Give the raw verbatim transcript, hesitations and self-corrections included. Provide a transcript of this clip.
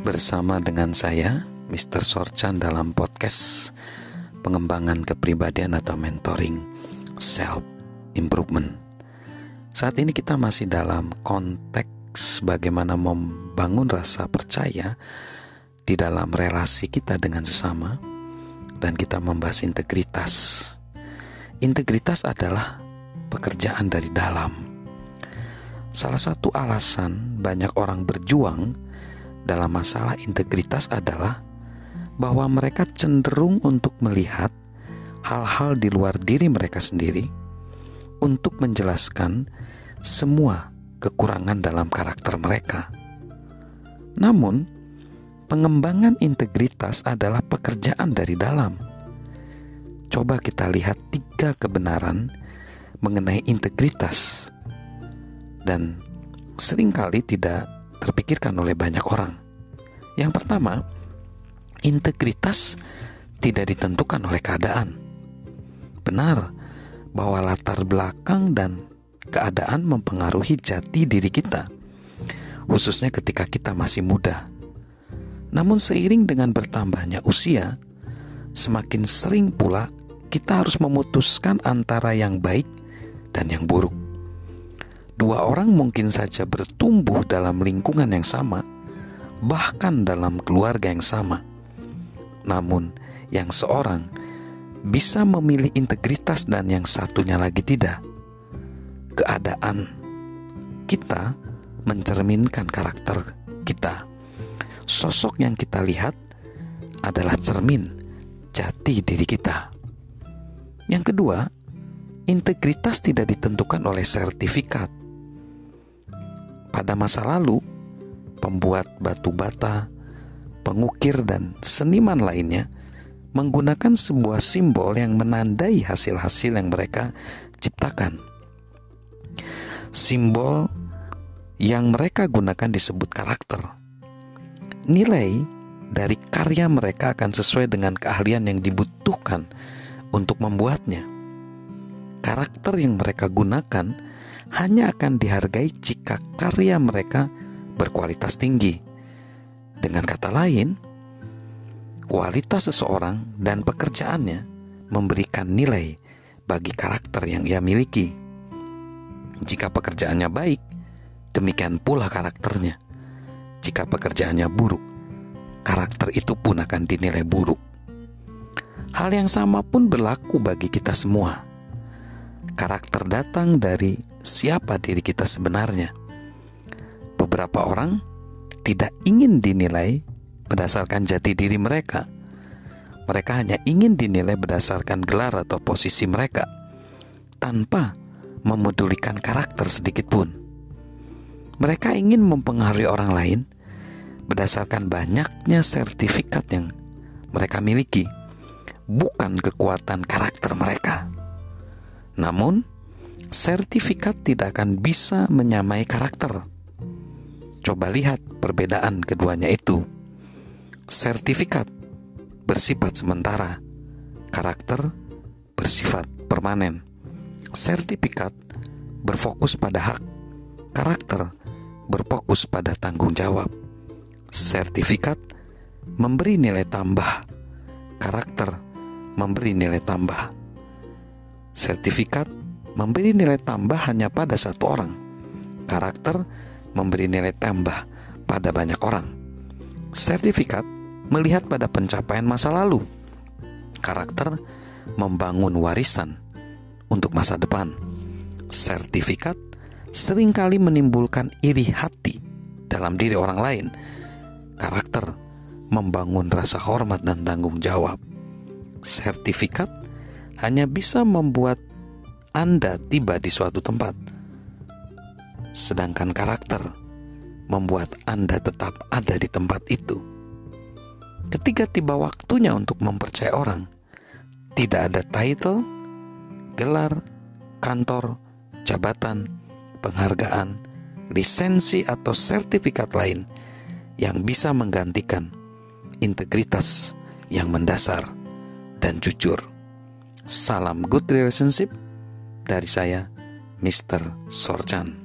bersama dengan saya, mister Sorchan, dalam podcast pengembangan kepribadian atau mentoring self improvement. Saat ini kita masih dalam konteks bagaimana membangun rasa percaya di dalam relasi kita dengan sesama, dan kita membahas integritas. Integritas adalah pekerjaan dari dalam. Salah satu alasan banyak orang berjuang dalam masalah integritas adalah bahwa mereka cenderung untuk melihat hal-hal di luar diri mereka sendiri untuk menjelaskan semua kekurangan dalam karakter mereka. Namun, pengembangan integritas adalah pekerjaan dari dalam. Coba kita lihat tiga kebenaran mengenai integritas dan seringkali tidak terpikirkan oleh banyak orang. Yang pertama, integritas tidak ditentukan oleh keadaan. Benar bahwa latar belakang dan keadaan mempengaruhi jati diri kita, khususnya ketika kita masih muda. Namun seiring dengan bertambahnya usia, semakin sering pula kita harus memutuskan antara yang baik dan yang buruk. Dua orang mungkin saja bertumbuh dalam lingkungan yang sama, bahkan dalam keluarga yang sama. Namun, yang seorang bisa memilih integritas dan yang satunya lagi tidak. Keadaan kita mencerminkan karakter kita. Sosok yang kita lihat adalah cermin jati diri kita. Yang kedua, integritas tidak ditentukan oleh sertifikat. Pada masa lalu, pembuat batu bata, pengukir, dan seniman lainnya menggunakan sebuah simbol yang menandai hasil-hasil yang mereka ciptakan. Simbol yang mereka gunakan disebut karakter. Nilai dari karya mereka akan sesuai dengan keahlian yang dibutuhkan untuk membuatnya. Karakter yang mereka gunakan hanya akan dihargai jika karya mereka berkualitas tinggi. Dengan kata lain, kualitas seseorang dan pekerjaannya memberikan nilai bagi karakter yang ia miliki. Jika pekerjaannya baik, demikian pula karakternya. Jika pekerjaannya buruk, karakter itu pun akan dinilai buruk. Hal yang sama pun berlaku bagi kita semua. Karakter datang dari siapa diri kita sebenarnya. Beberapa orang tidak ingin dinilai berdasarkan jati diri mereka. Mereka hanya ingin dinilai berdasarkan gelar atau posisi mereka, tanpa memedulikan karakter sedikit pun. Mereka ingin mempengaruhi orang lain berdasarkan banyaknya sertifikat yang mereka miliki, bukan kekuatan karakter mereka. Namun, sertifikat tidak akan bisa menyamai karakter. Coba lihat perbedaan keduanya itu. Sertifikat bersifat sementara, karakter bersifat permanen. Sertifikat berfokus pada hak, karakter berfokus pada tanggung jawab. Sertifikat memberi nilai tambah, karakter memberi nilai tambah. Sertifikat memberi nilai tambah hanya pada satu orang. Karakter memberi nilai tambah pada banyak orang. Sertifikat melihat pada pencapaian masa lalu. Karakter membangun warisan untuk masa depan. Sertifikat seringkali menimbulkan iri hati dalam diri orang lain. Karakter membangun rasa hormat dan tanggung jawab. Sertifikat hanya bisa membuat Anda tiba di suatu tempat, sedangkan karakter membuat Anda tetap ada di tempat itu. Ketika tiba waktunya untuk mempercayai orang, tidak ada title, gelar, kantor, jabatan, penghargaan, lisensi atau sertifikat lain yang bisa menggantikan integritas yang mendasar dan jujur. Salam good relationship dari saya, mister Sorchan.